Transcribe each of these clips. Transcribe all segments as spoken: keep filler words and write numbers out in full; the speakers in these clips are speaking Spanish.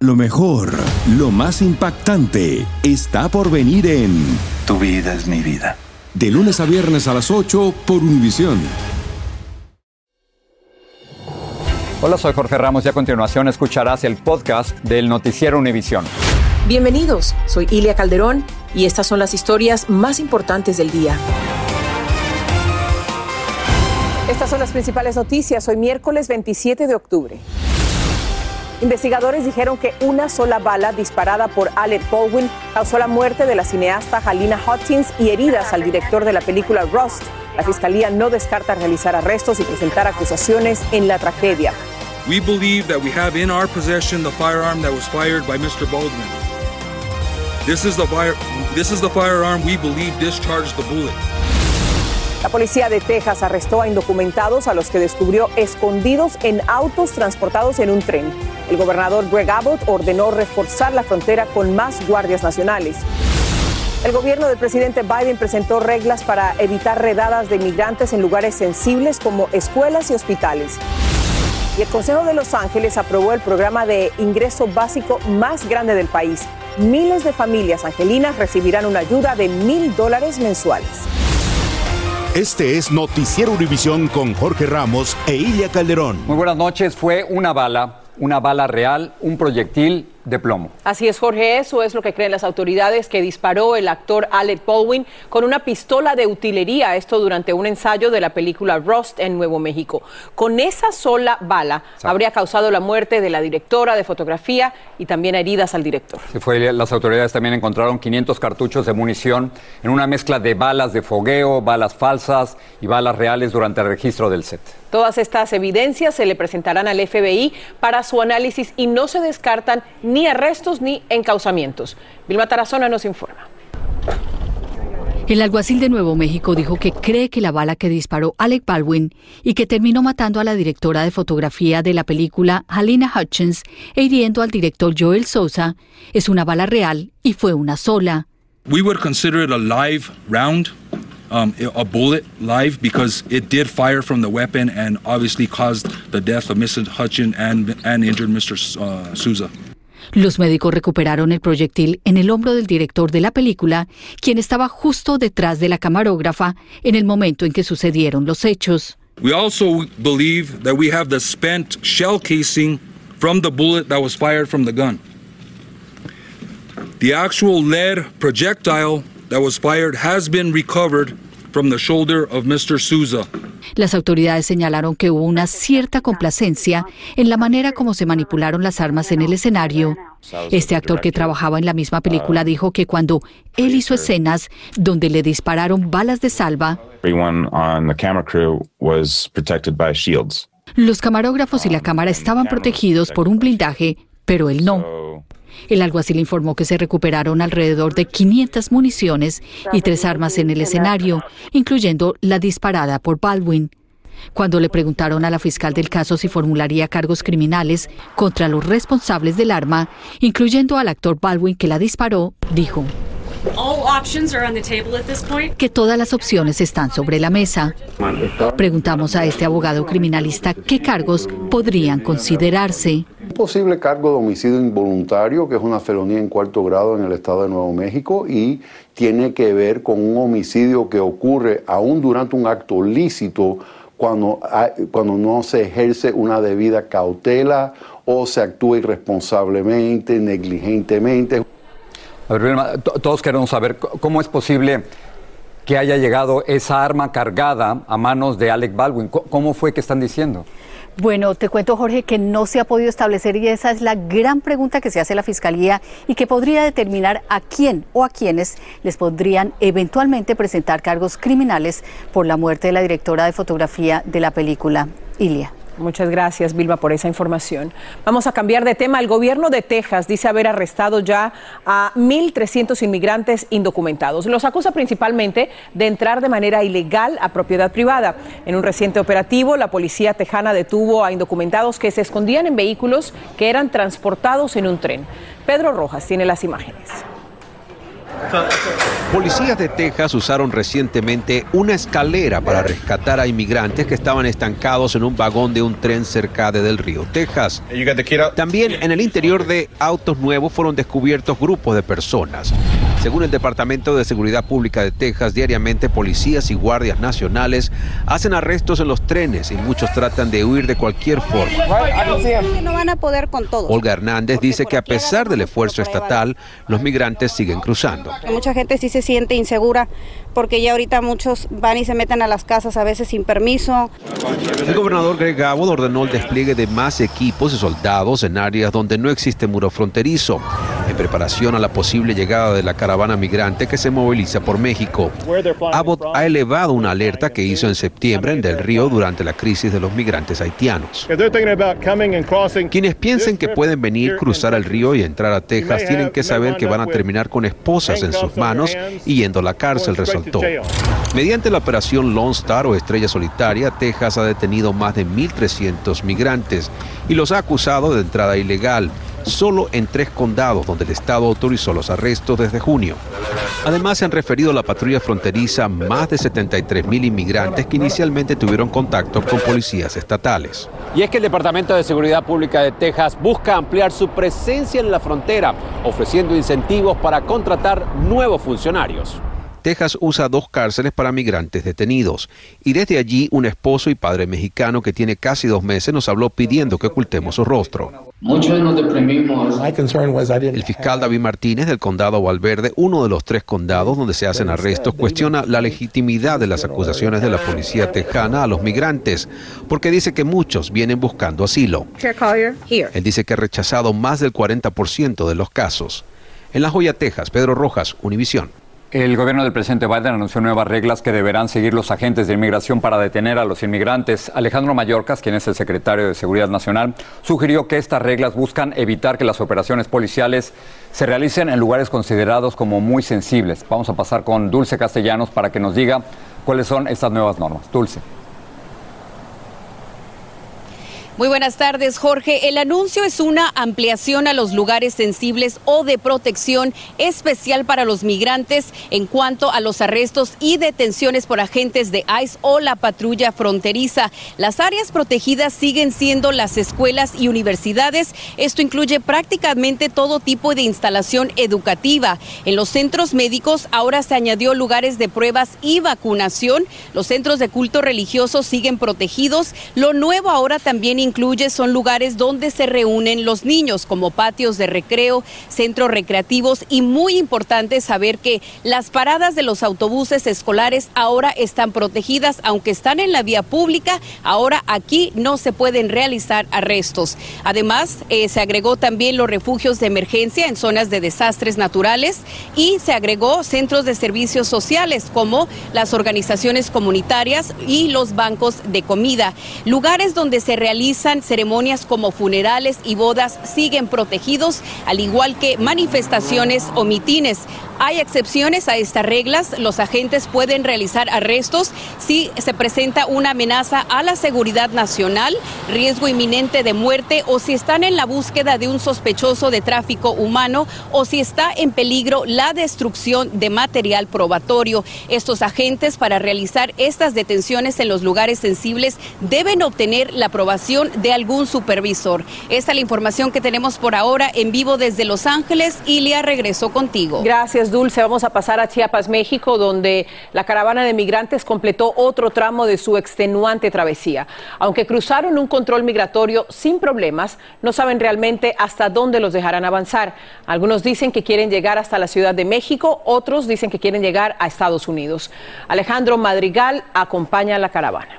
Lo mejor, lo más impactante, está por venir en Tu vida es mi vida. De lunes a viernes a las ocho por Univisión. Hola, soy Jorge Ramos y a continuación escucharás el podcast del Noticiero Univisión. Bienvenidos, soy Ilia Calderón y estas son las historias más importantes del día. Estas son las principales noticias hoy miércoles veintisiete de octubre. Investigadores dijeron que una sola bala disparada por Alec Baldwin causó la muerte de la cineasta Halyna Hutchins y heridas al director de la película Rust. La fiscalía no descarta realizar arrestos y presentar acusaciones en la tragedia. We believe that we have in our possession the firearm that was fired by mister Baldwin. This is the fire, this is the firearm we believe discharged the bullet. La policía de Texas arrestó a indocumentados a los que descubrió escondidos en autos transportados en un tren. El gobernador Greg Abbott ordenó reforzar la frontera con más guardias nacionales. El gobierno del presidente Biden presentó reglas para evitar redadas de inmigrantes en lugares sensibles como escuelas y hospitales. Y el Consejo de Los Ángeles aprobó el programa de ingreso básico más grande del país. Miles de familias angelinas recibirán una ayuda de mil dólares mensuales. Este es Noticiero Univisión con Jorge Ramos e Ilia Calderón. Muy buenas noches. Fue una bala, una bala real, un proyectil de plomo. Así es, Jorge, eso es lo que creen las autoridades, que disparó el actor Alec Baldwin con una pistola de utilería, esto durante un ensayo de la película Rust en Nuevo México. Con esa sola bala ¿Sabe? habría causado la muerte de la directora de fotografía y también heridas al director. Sí, fue, las autoridades también encontraron quinientos cartuchos de munición en una mezcla de balas de fogueo, balas falsas y balas reales durante el registro del set. Todas estas evidencias se le presentarán al F B I para su análisis y no se descartan ni arrestos ni encauzamientos. Vilma Tarazona nos informa. El alguacil de Nuevo México dijo que cree que la bala que disparó Alec Baldwin y que terminó matando a la directora de fotografía de la película Halyna Hutchins e hiriendo al director Joel Souza es una bala real y fue una sola. We would consider it a live round. Um, a bullet live because it did fire from the weapon and obviously caused the death of missus Hutchins and, and injured mister Uh, Souza. Los médicos recuperaron el proyectil en el hombro del director de la película, quien estaba justo detrás de la camarógrafa en el momento en que sucedieron los hechos. We also believe that we have the spent shell casing from the bullet that was fired from the gun. The actual lead projectile that was fired has been recovered from the shoulder of mister Souza. Las autoridades señalaron que hubo una cierta complacencia en la manera como se manipularon las armas en el escenario. Este actor que trabajaba en la misma película dijo que cuando él hizo escenas donde le dispararon balas de salva, everyone on the camera crew was protected by shields. Los camarógrafos y la cámara estaban protegidos por un blindaje, pero él no. El alguacil informó que se recuperaron alrededor de quinientas municiones y tres armas en el escenario, incluyendo la disparada por Baldwin. Cuando le preguntaron a la fiscal del caso si formularía cargos criminales contra los responsables del arma, incluyendo al actor Baldwin que la disparó, dijo que todas las opciones están sobre la mesa. Preguntamos a este abogado criminalista qué cargos podrían considerarse. Un posible cargo de homicidio involuntario, que es una felonía en cuarto grado en el estado de Nuevo México y tiene que ver con un homicidio que ocurre aún durante un acto lícito cuando, hay, cuando no se ejerce una debida cautela o se actúa irresponsablemente, negligentemente. A ver, Vilma, todos queremos saber cómo es posible que haya llegado esa arma cargada a manos de Alec Baldwin. ¿Cómo fue que están diciendo? Bueno, te cuento, Jorge, que no se ha podido establecer y esa es la gran pregunta que se hace la Fiscalía y que podría determinar a quién o a quiénes les podrían eventualmente presentar cargos criminales por la muerte de la directora de fotografía de la película, Ilia. Muchas gracias, Vilma, por esa información. Vamos a cambiar de tema. El gobierno de Texas dice haber arrestado ya a mil trescientos inmigrantes indocumentados. Los acusa principalmente de entrar de manera ilegal a propiedad privada. En un reciente operativo, la policía tejana detuvo a indocumentados que se escondían en vehículos que eran transportados en un tren. Pedro Rojas tiene las imágenes. Policías de Texas usaron recientemente una escalera para rescatar a inmigrantes que estaban estancados en un vagón de un tren cerca de Del Río, Texas. También en el interior de autos nuevos fueron descubiertos grupos de personas. Según el Departamento de Seguridad Pública de Texas, diariamente policías y guardias nacionales hacen arrestos en los trenes y muchos tratan de huir de cualquier forma. No van a poder con todos. Olga Hernández dice que a pesar del esfuerzo estatal, los migrantes siguen cruzando. Mucha gente sí se siente insegura porque ya ahorita muchos van y se meten a las casas a veces sin permiso. El gobernador Greg Abbott ordenó el despliegue de más equipos y soldados en áreas donde no existe muro fronterizo, en preparación a la posible llegada de la caravana migrante que se moviliza por México. Abbott ha elevado una alerta que hizo en septiembre en Del Río durante la crisis de los migrantes haitianos. Quienes piensen que pueden venir, cruzar el río y entrar a Texas tienen que saber que van a terminar con esposas en sus manos y yendo a la cárcel, resaltó. Mediante la operación Lone Star o Estrella Solitaria, Texas ha detenido más de mil trescientos migrantes y los ha acusado de entrada ilegal, solo en tres condados donde el Estado autorizó los arrestos desde junio. Además, se han referido a la patrulla fronteriza más de setenta y tres mil inmigrantes que inicialmente tuvieron contacto con policías estatales. Y es que el Departamento de Seguridad Pública de Texas busca ampliar su presencia en la frontera, ofreciendo incentivos para contratar nuevos funcionarios. Texas usa dos cárceles para migrantes detenidos y desde allí un esposo y padre mexicano que tiene casi dos meses nos habló pidiendo que ocultemos su rostro. Muchos nos deprimimos. El fiscal David Martínez del condado Valverde, uno de los tres condados donde se hacen arrestos, cuestiona la legitimidad de las acusaciones de la policía tejana a los migrantes, porque dice que muchos vienen buscando asilo. Él dice que ha rechazado más del cuarenta por ciento de los casos. En La Joya, Texas, Pedro Rojas, Univisión. El gobierno del presidente Biden anunció nuevas reglas que deberán seguir los agentes de inmigración para detener a los inmigrantes. Alejandro Mayorkas, quien es el secretario de Seguridad Nacional, sugirió que estas reglas buscan evitar que las operaciones policiales se realicen en lugares considerados como muy sensibles. Vamos a pasar con Dulce Castellanos para que nos diga cuáles son estas nuevas normas. Dulce. Muy buenas tardes, Jorge. El anuncio es una ampliación a los lugares sensibles o de protección especial para los migrantes en cuanto a los arrestos y detenciones por agentes de ICE o la patrulla fronteriza. Las áreas protegidas siguen siendo las escuelas y universidades. Esto incluye prácticamente todo tipo de instalación educativa. En los centros médicos ahora se añadió lugares de pruebas y vacunación. Los centros de culto religioso siguen protegidos. Lo nuevo ahora también incluye son lugares donde se reúnen los niños, como patios de recreo, centros recreativos y muy importante saber que las paradas de los autobuses escolares ahora están protegidas, aunque están en la vía pública, ahora aquí no se pueden realizar arrestos. Además, eh, se agregó también los refugios de emergencia en zonas de desastres naturales y se agregó centros de servicios sociales como las organizaciones comunitarias y los bancos de comida. Lugares donde se realizan ceremonias como funerales y bodas siguen protegidos, al igual que manifestaciones o mitines. Hay excepciones a estas reglas. Los agentes pueden realizar arrestos si se presenta una amenaza a la seguridad nacional, riesgo inminente de muerte o si están en la búsqueda de un sospechoso de tráfico humano o si está en peligro la destrucción de material probatorio. Estos agentes, para realizar estas detenciones en los lugares sensibles, deben obtener la aprobación de algún supervisor. Esta es la información que tenemos por ahora en vivo desde Los Ángeles. Ilia, regreso contigo. Gracias, Dulce. Vamos a pasar a Chiapas, México, donde la caravana de migrantes completó otro tramo de su extenuante travesía. Aunque cruzaron un control migratorio sin problemas, no saben realmente hasta dónde los dejarán avanzar. Algunos dicen que quieren llegar hasta la Ciudad de México, otros dicen que quieren llegar a Estados Unidos. Alejandro Madrigal acompaña a la caravana.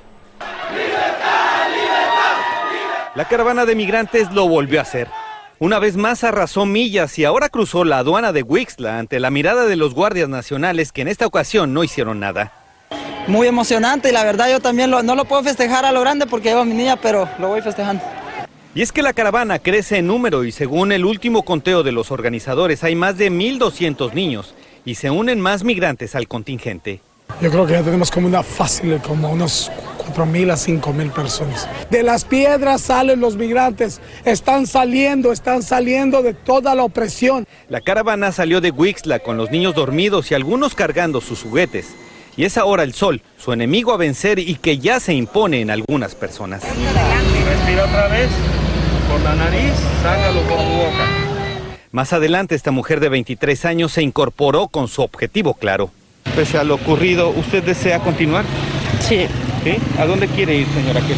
La caravana de migrantes lo volvió a hacer. Una vez más arrasó millas y ahora cruzó la aduana de Huixtla ante la mirada de los guardias nacionales que en esta ocasión no hicieron nada. Muy emocionante y la verdad yo también lo, no lo puedo festejar a lo grande porque llevo a mi niña, pero lo voy festejando. Y es que la caravana crece en número y según el último conteo de los organizadores hay más de mil doscientos niños y se unen más migrantes al contingente. Yo creo que ya tenemos como una fácil, como unos cuatro mil a cinco mil personas. De las piedras salen los migrantes, están saliendo, están saliendo de toda la opresión. La caravana salió de Huixla con los niños dormidos y algunos cargando sus juguetes. Y es ahora el sol, su enemigo a vencer y que ya se impone en algunas personas. Respira otra vez, por la nariz, sácalo por tu boca. Más adelante, esta mujer de veintitrés años se incorporó con su objetivo claro. Pese a lo ocurrido, ¿usted desea continuar? Sí. ¿Sí? ¿A dónde quiere ir, señora Kelly?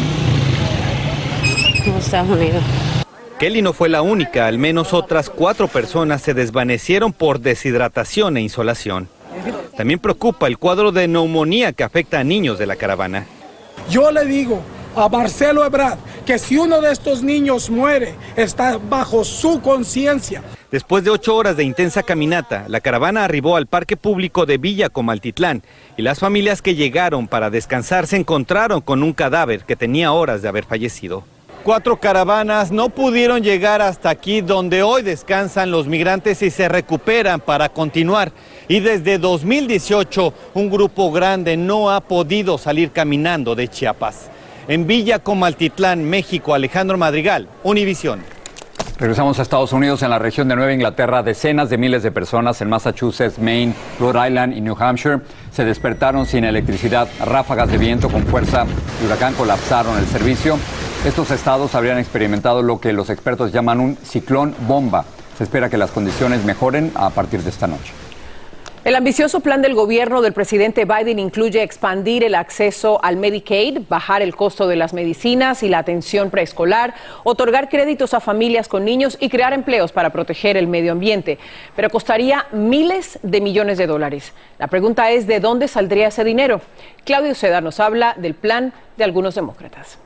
A los Estados Unidos. Kelly no fue la única, al menos otras cuatro personas se desvanecieron por deshidratación e insolación. También preocupa el cuadro de neumonía que afecta a niños de la caravana. Yo le digo a Marcelo Ebrard que si uno de estos niños muere, está bajo su conciencia. Después de ocho horas de intensa caminata, la caravana arribó al parque público de Villa Comaltitlán y las familias que llegaron para descansar se encontraron con un cadáver que tenía horas de haber fallecido. Cuatro caravanas no pudieron llegar hasta aquí donde hoy descansan los migrantes y se recuperan para continuar. Y desde dos mil dieciocho un grupo grande no ha podido salir caminando de Chiapas. En Villa Comaltitlán, México, Alejandro Madrigal, Univisión. Regresamos a Estados Unidos. En la región de Nueva Inglaterra, decenas de miles de personas en Massachusetts, Maine, Rhode Island y New Hampshire se despertaron sin electricidad. Ráfagas de viento con fuerza de huracán colapsaron el servicio. Estos estados habrían experimentado lo que los expertos llaman un ciclón bomba. Se espera que las condiciones mejoren a partir de esta noche. El ambicioso plan del gobierno del presidente Biden incluye expandir el acceso al Medicaid, bajar el costo de las medicinas y la atención preescolar, otorgar créditos a familias con niños y crear empleos para proteger el medio ambiente. Pero costaría miles de millones de dólares. La pregunta es, ¿de dónde saldría ese dinero? Claudio Uceda nos habla del plan de algunos demócratas.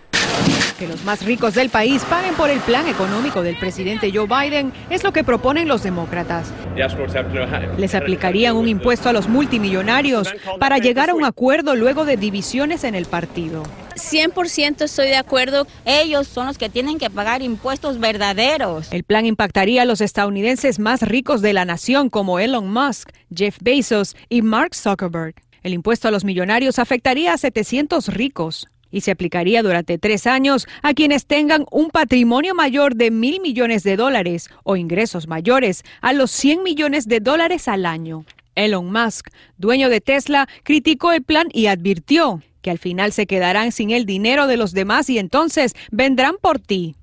Que los más ricos del país paguen por el plan económico del presidente Joe Biden es lo que proponen los demócratas. Les aplicarían un impuesto a los multimillonarios para llegar a un acuerdo luego de divisiones en el partido. cien por ciento estoy de acuerdo. Ellos son los que tienen que pagar impuestos verdaderos. El plan impactaría a los estadounidenses más ricos de la nación como Elon Musk, Jeff Bezos y Mark Zuckerberg. El impuesto a los millonarios afectaría a setecientos ricos. Y se aplicaría durante tres años a quienes tengan un patrimonio mayor de mil millones de dólares o ingresos mayores a los cien millones de dólares al año. Elon Musk, dueño de Tesla, criticó el plan y advirtió que al final se quedarán sin el dinero de los demás y entonces vendrán por ti.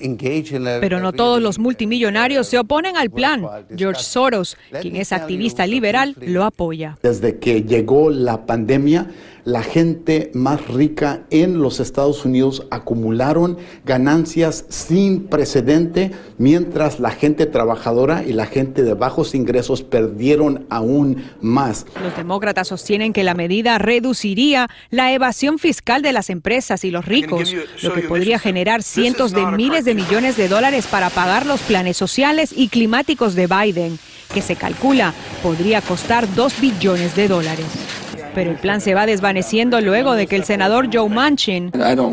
Pero no todos los multimillonarios se oponen al plan. George Soros, quien es activista liberal, lo apoya. Desde que llegó la pandemia, la gente más rica en los Estados Unidos acumularon ganancias sin precedente, mientras la gente trabajadora y la gente de bajos ingresos perdieron aún más. Los demócratas sostienen que la medida reduciría la evasión fiscal de las empresas y los ricos, lo que podría generar cientos de miles de millones de dólares para pagar los planes sociales y climáticos de Biden, que se calcula podría costar dos billones de dólares. Pero el plan se va desvaneciendo luego de que el senador Joe Manchin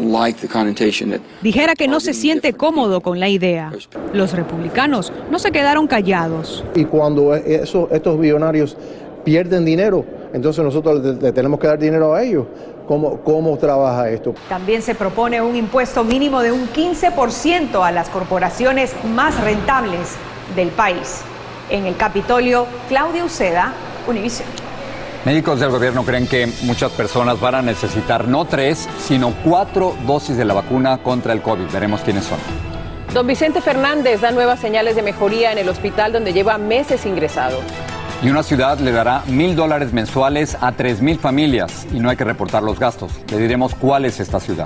dijera que no se siente cómodo con la idea. Los republicanos no se quedaron callados. Y cuando eso, estos billonarios pierden dinero, entonces nosotros le, le tenemos que dar dinero a ellos. ¿Cómo, ¿Cómo trabaja esto? También se propone un impuesto mínimo de un quince por ciento a las corporaciones más rentables del país. En el Capitolio, Claudia Uceda, Univisión. Médicos del gobierno creen que muchas personas van a necesitar no tres, sino cuatro dosis de la vacuna contra el COVID. Veremos quiénes son. Don Vicente Fernández da nuevas señales de mejoría en el hospital donde lleva meses ingresado. Y una ciudad le dará mil dólares mensuales a tres mil familias y no hay que reportar los gastos. Le diremos cuál es esta ciudad.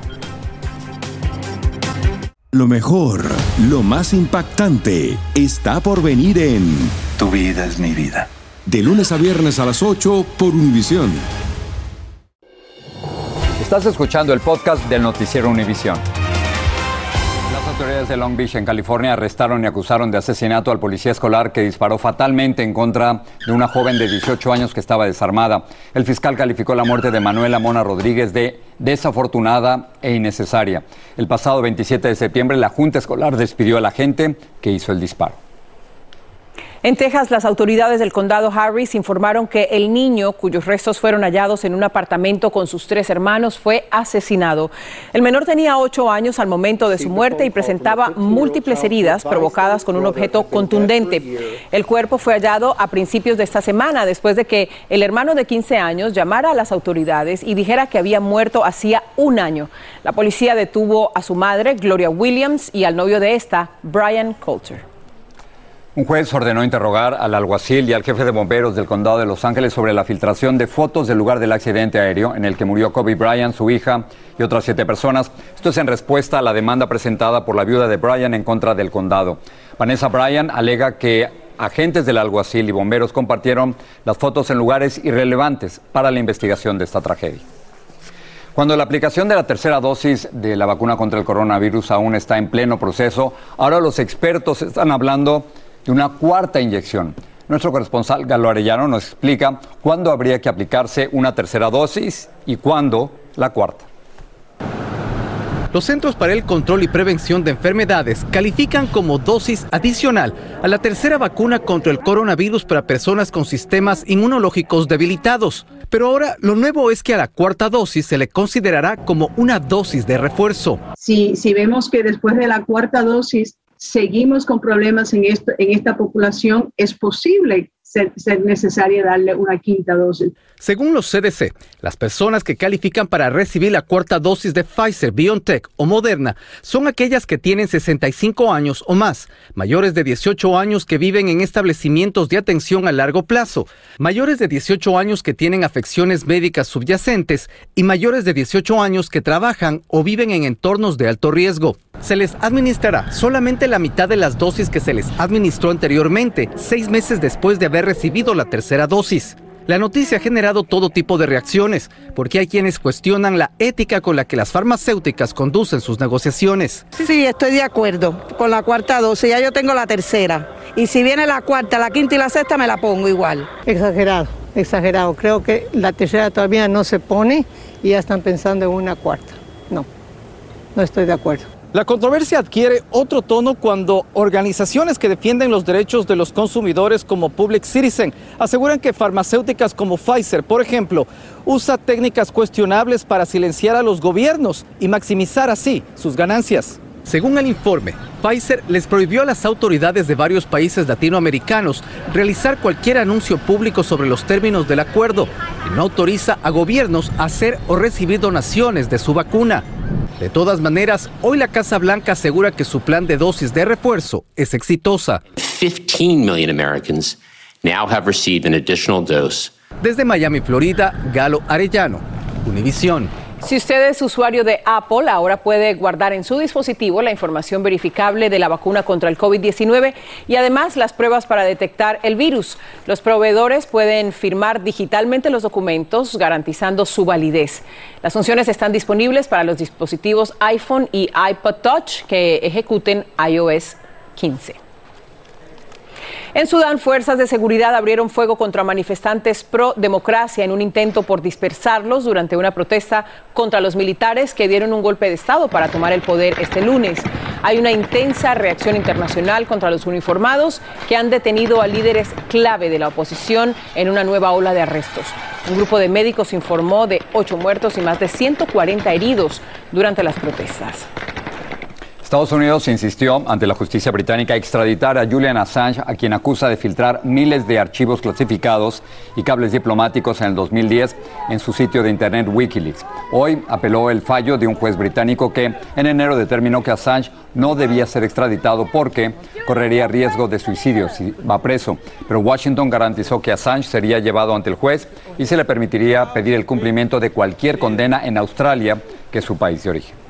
Lo mejor, lo más impactante, está por venir en Tu vida es mi vida. De lunes a viernes a las ocho por Univisión. Estás escuchando el podcast del noticiero Univisión. Las autoridades de Long Beach, en California, arrestaron y acusaron de asesinato al policía escolar que disparó fatalmente en contra de una joven de dieciocho años que estaba desarmada. El fiscal calificó la muerte de Manuela Mona Rodríguez de desafortunada e innecesaria. El pasado veintisiete de septiembre, la Junta Escolar despidió al agente que hizo el disparo. En Texas, las autoridades del condado Harris informaron que el niño, cuyos restos fueron hallados en un apartamento con sus tres hermanos, fue asesinado. El menor tenía ocho años al momento de su muerte y presentaba múltiples heridas provocadas con un objeto contundente. El cuerpo fue hallado a principios de esta semana, después de que el hermano de quince años llamara a las autoridades y dijera que había muerto hacía un año. La policía detuvo a su madre, Gloria Williams, y al novio de esta, Brian Coulter. Un juez ordenó interrogar al alguacil y al jefe de bomberos del condado de Los Ángeles sobre la filtración de fotos del lugar del accidente aéreo en el que murió Kobe Bryant, su hija y otras siete personas. Esto es en respuesta a la demanda presentada por la viuda de Bryant en contra del condado. Vanessa Bryant alega que agentes del alguacil y bomberos compartieron las fotos en lugares irrelevantes para la investigación de esta tragedia. Cuando la aplicación de la tercera dosis de la vacuna contra el coronavirus aún está en pleno proceso, ahora los expertos están hablando de una cuarta inyección. Nuestro corresponsal Galo Arellano nos explica cuándo habría que aplicarse una tercera dosis y cuándo la cuarta. Los Centros para el Control y Prevención de Enfermedades califican como dosis adicional a la tercera vacuna contra el coronavirus para personas con sistemas inmunológicos debilitados. Pero ahora lo nuevo es que a la cuarta dosis se le considerará como una dosis de refuerzo. Si, si vemos que después de la cuarta dosis seguimos con problemas en, esto, en esta población, es posible ser, ser necesaria darle una quinta dosis. Según los C D C, las personas que califican para recibir la cuarta dosis de Pfizer, BioNTech o Moderna son aquellas que tienen sesenta y cinco años o más, mayores de dieciocho años que viven en establecimientos de atención a largo plazo, mayores de dieciocho años que tienen afecciones médicas subyacentes y mayores de dieciocho años que trabajan o viven en entornos de alto riesgo. Se les administrará solamente la mitad de las dosis que se les administró anteriormente, seis meses después de haber recibido la tercera dosis. La noticia ha generado todo tipo de reacciones, porque hay quienes cuestionan la ética con la que las farmacéuticas conducen sus negociaciones. Sí, estoy de acuerdo con la cuarta dosis, ya yo tengo la tercera. Y si viene la cuarta, la quinta y la sexta, me la pongo igual. Exagerado, exagerado. Creo que la tercera todavía no se pone y ya están pensando en una cuarta. No, no estoy de acuerdo. La controversia adquiere otro tono cuando organizaciones que defienden los derechos de los consumidores como Public Citizen aseguran que farmacéuticas como Pfizer, por ejemplo, usa técnicas cuestionables para silenciar a los gobiernos y maximizar así sus ganancias. Según el informe, Pfizer les prohibió a las autoridades de varios países latinoamericanos realizar cualquier anuncio público sobre los términos del acuerdo y no autoriza a gobiernos a hacer o recibir donaciones de su vacuna. De todas maneras, hoy la Casa Blanca asegura que su plan de dosis de refuerzo es exitosa. fifteen million Americans now have received an additional dose. Desde Miami, Florida, Galo Arellano, Univisión. Si usted es usuario de Apple, ahora puede guardar en su dispositivo la información verificable de la vacuna contra el COVID diecinueve y además las pruebas para detectar el virus. Los proveedores pueden firmar digitalmente los documentos, garantizando su validez. Las funciones están disponibles para los dispositivos iPhone y iPod Touch que ejecuten iOS quince. En Sudán, fuerzas de seguridad abrieron fuego contra manifestantes pro democracia en un intento por dispersarlos durante una protesta contra los militares que dieron un golpe de estado para tomar el poder este lunes. Hay una intensa reacción internacional contra los uniformados que han detenido a líderes clave de la oposición en una nueva ola de arrestos. Un grupo de médicos informó de ocho muertos y más de ciento cuarenta heridos durante las protestas. Estados Unidos insistió ante la justicia británica extraditar a Julian Assange, a quien acusa de filtrar miles de archivos clasificados y cables diplomáticos en el dos mil diez en su sitio de internet Wikileaks. Hoy apeló el fallo de un juez británico que en enero determinó que Assange no debía ser extraditado porque correría riesgo de suicidio si va preso. Pero Washington garantizó que Assange sería llevado ante el juez y se le permitiría pedir el cumplimiento de cualquier condena en Australia, que es su país de origen.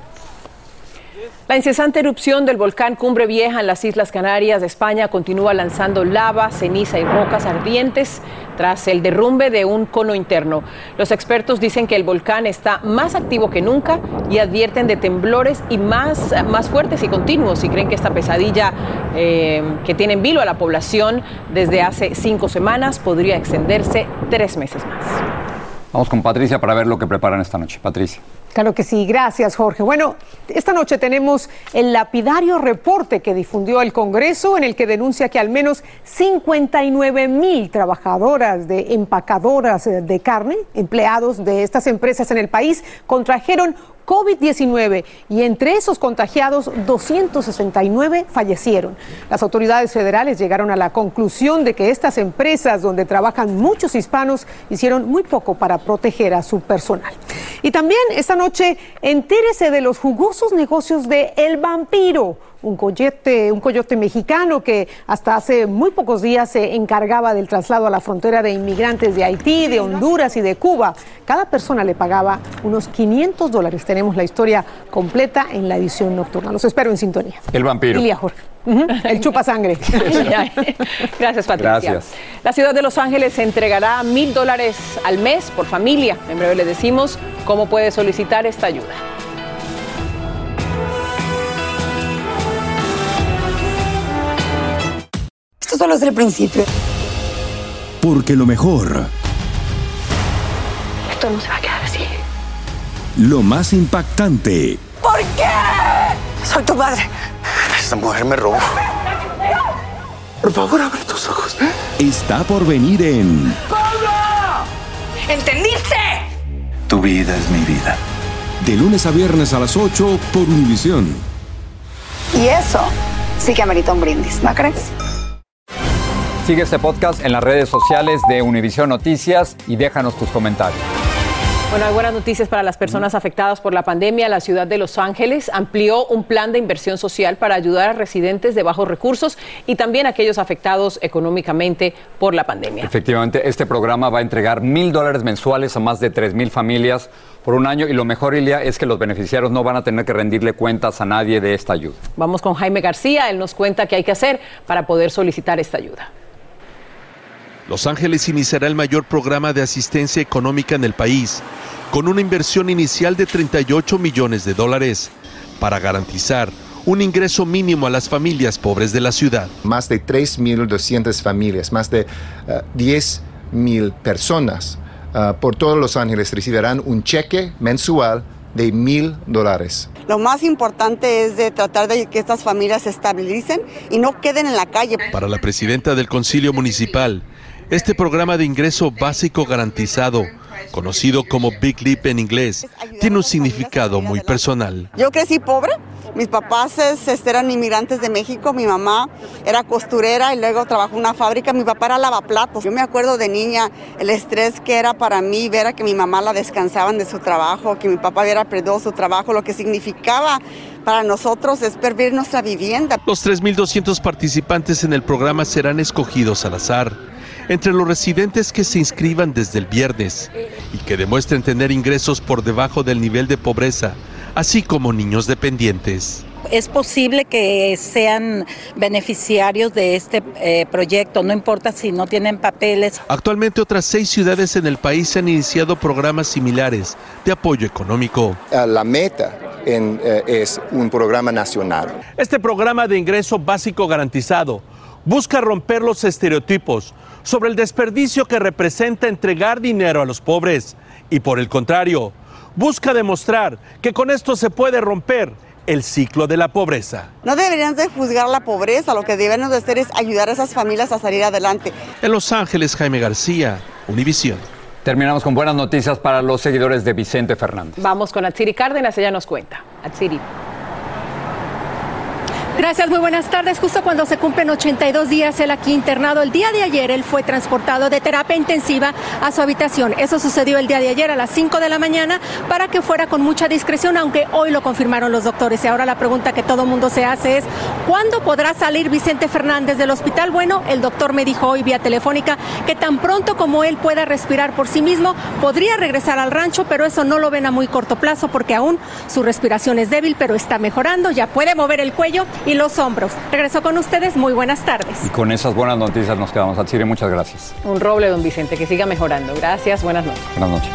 La incesante erupción del volcán Cumbre Vieja en las Islas Canarias de España continúa lanzando lava, ceniza y rocas ardientes tras el derrumbe de un cono interno. Los expertos dicen que el volcán está más activo que nunca y advierten de temblores y más, más fuertes y continuos y creen que esta pesadilla eh, que tiene en vilo a la población desde hace cinco semanas podría extenderse tres meses más. Vamos con Patricia para ver lo que preparan esta noche. Patricia. Claro que sí, gracias Jorge. Bueno, esta noche tenemos el lapidario reporte que difundió el Congreso en el que denuncia que al menos cincuenta y nueve mil trabajadoras de empacadoras de carne, empleados de estas empresas en el país, contrajeron COVID diecinueve y entre esos contagiados doscientos sesenta y nueve fallecieron. Las autoridades federales llegaron a la conclusión de que estas empresas donde trabajan muchos hispanos hicieron muy poco para proteger a su personal. Y también esta noche entérese de los jugosos negocios de El Vampiro, un coyote, un coyote mexicano que hasta hace muy pocos días se encargaba del traslado a la frontera de inmigrantes de Haití, de Honduras y de Cuba. Cada persona le pagaba unos quinientos dólares. Tenemos la historia completa en la edición nocturna. Los espero en sintonía. El Vampiro. Ilia Jorge. Uh-huh. El chupa sangre. Gracias, Patricia. Gracias. La ciudad de Los Ángeles entregará mil dólares al mes por familia. En breve le decimos cómo puede solicitar esta ayuda. Esto solo es el principio. Porque lo mejor, Esto no se va a quedar así. lo más impactante, ¿Por qué? Soy tu madre. Esta mujer me robó. Por favor, abre tus ojos. está por venir en ¡Pablo! ¿Entendiste? Tu vida es mi vida. de lunes a viernes a las ocho por Univisión. Y eso sí que amerita un brindis, ¿no crees? Sigue este podcast en las redes sociales de Univisión Noticias y déjanos tus comentarios. Bueno, hay buenas noticias para las personas afectadas por la pandemia. La ciudad de Los Ángeles amplió un plan de inversión social para ayudar a residentes de bajos recursos y también a aquellos afectados económicamente por la pandemia. Efectivamente, este programa va a entregar mil dólares mensuales a más de tres mil familias por un año y lo mejor, Ilia, es que los beneficiarios no van a tener que rendirle cuentas a nadie de esta ayuda. Vamos con Jaime García. Él nos cuenta qué hay que hacer para poder solicitar esta ayuda. Los Ángeles iniciará el mayor programa de asistencia económica en el país, con una inversión inicial de treinta y ocho millones de dólares, para garantizar un ingreso mínimo a las familias pobres de la ciudad. Más de tres mil doscientas familias, más de uh, diez mil personas uh, por todos Los Ángeles recibirán un cheque mensual de mil dólares. Lo más importante es de tratar de que estas familias se estabilicen y no queden en la calle. Para la presidenta del Concilio Municipal, este programa de ingreso básico garantizado, conocido como Big Leap en inglés, tiene un significado muy personal. Yo crecí pobre, mis papás este, eran inmigrantes de México, mi mamá era costurera y luego trabajó en una fábrica, mi papá era lavaplatos. Yo me acuerdo de niña el estrés que era para mí ver a que mi mamá la descansaban de su trabajo, que mi papá hubiera perdido su trabajo, lo que significaba para nosotros es perder nuestra vivienda. Los tres mil doscientos participantes en el programa serán escogidos al azar entre los residentes que se inscriban desde el viernes y que demuestren tener ingresos por debajo del nivel de pobreza, así como niños dependientes. Es posible que sean beneficiarios de este eh, proyecto, no importa si no tienen papeles. Actualmente otras seis ciudades en el país han iniciado programas similares de apoyo económico. La meta en, eh, es un programa nacional. Este programa de ingreso básico garantizado busca romper los estereotipos sobre el desperdicio que representa entregar dinero a los pobres y, por el contrario, busca demostrar que con esto se puede romper el ciclo de la pobreza. No deberían de juzgar la pobreza, lo que debemos de hacer es ayudar a esas familias a salir adelante. En Los Ángeles, Jaime García, Univisión. Terminamos con buenas noticias para los seguidores de Vicente Fernández. Vamos con Atsiri Cárdenas, ella nos cuenta. Atsiri. Gracias, muy buenas tardes. Justo cuando se cumplen ochenta y dos días él aquí internado, el día de ayer él fue transportado de terapia intensiva a su habitación. Eso sucedió el día de ayer a las cinco de la mañana para que fuera con mucha discreción, aunque hoy lo confirmaron los doctores. Y ahora la pregunta que todo mundo se hace es, ¿cuándo podrá salir Vicente Fernández del hospital? Bueno, el doctor me dijo hoy vía telefónica que tan pronto como él pueda respirar por sí mismo, podría regresar al rancho, pero eso no lo ven a muy corto plazo porque aún su respiración es débil, pero está mejorando, ya puede mover el cuello y los hombros. Regreso con ustedes, muy buenas tardes. Y con esas buenas noticias nos quedamos. Atsiri, muchas gracias. Un roble, don Vicente, que siga mejorando. Gracias, buenas noches. Buenas noches.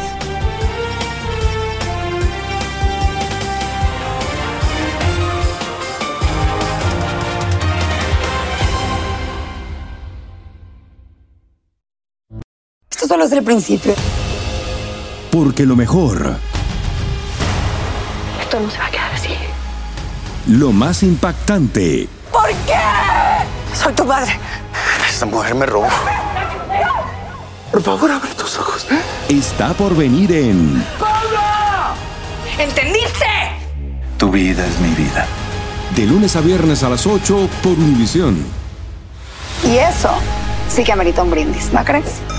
Esto solo es el principio. Porque lo mejor, esto no se va a quedar así. Lo más impactante. ¿Por qué? Soy tu madre. Esta mujer me robó. Por favor, abre tus ojos. Está por venir en... ¡Pablo! ¿Entendiste? Tu vida es mi vida. De lunes a viernes a las ocho por Univisión. Y eso sí que amerita un brindis, ¿no crees?